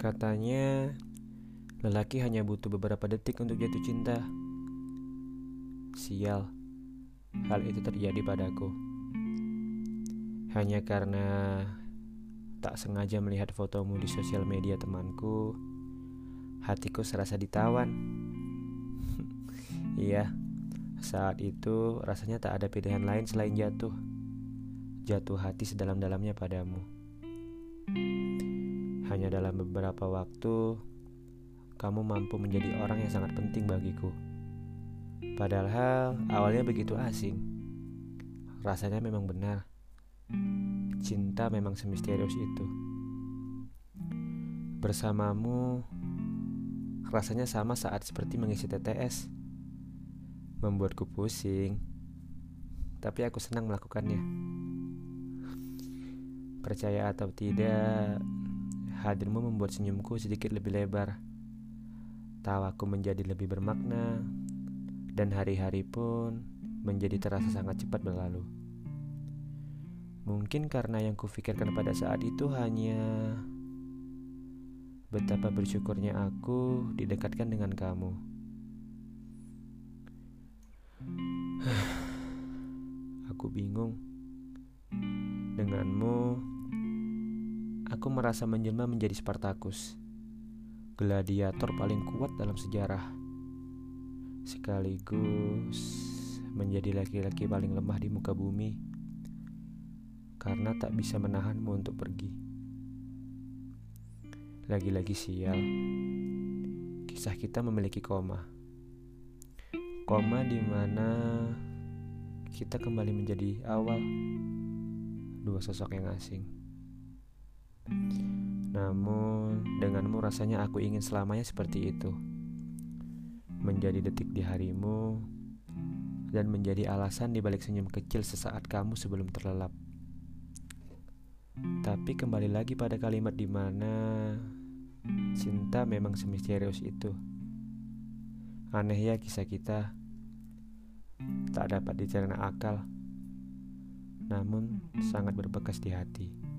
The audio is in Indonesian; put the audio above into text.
Katanya, lelaki hanya butuh beberapa detik untuk jatuh cinta. Sial, hal itu terjadi padaku. Hanya karena tak sengaja melihat fotomu di sosial media temanku, hatiku serasa ditawan. Iya, saat itu rasanya tak ada pilihan lain selain jatuh. Jatuh hati sedalam-dalamnya padamu. Hanya dalam beberapa waktu, kamu mampu menjadi orang yang sangat penting bagiku. Padahal awalnya begitu asing. Rasanya memang benar. Cinta memang semisterius itu. Bersamamu, rasanya sama saat seperti mengisi TTS. Membuatku pusing, tapi aku senang melakukannya. Percaya atau tidak, hadirmu membuat senyumku sedikit lebih lebar. Tawaku menjadi lebih bermakna, dan hari-hari pun menjadi terasa sangat cepat berlalu. Mungkin karena yang kufikirkan pada saat itu hanya betapa bersyukurnya aku didekatkan dengan kamu. Aku bingung. Denganmu, aku merasa menjelma menjadi Spartacus, gladiator paling kuat dalam sejarah, sekaligus menjadi laki-laki paling lemah di muka bumi, karena tak bisa menahanmu untuk pergi. Lagi-lagi sial, kisah kita memiliki koma di mana kita kembali menjadi awal, dua sosok yang asing. Namun denganmu rasanya aku ingin selamanya seperti itu, menjadi detik di harimu dan menjadi alasan di balik senyum kecil sesaat kamu sebelum terlelap. Tapi kembali lagi pada kalimat di mana cinta memang semisterius itu. Aneh ya kisah kita, tak dapat dicerna akal, namun sangat berbekas di hati.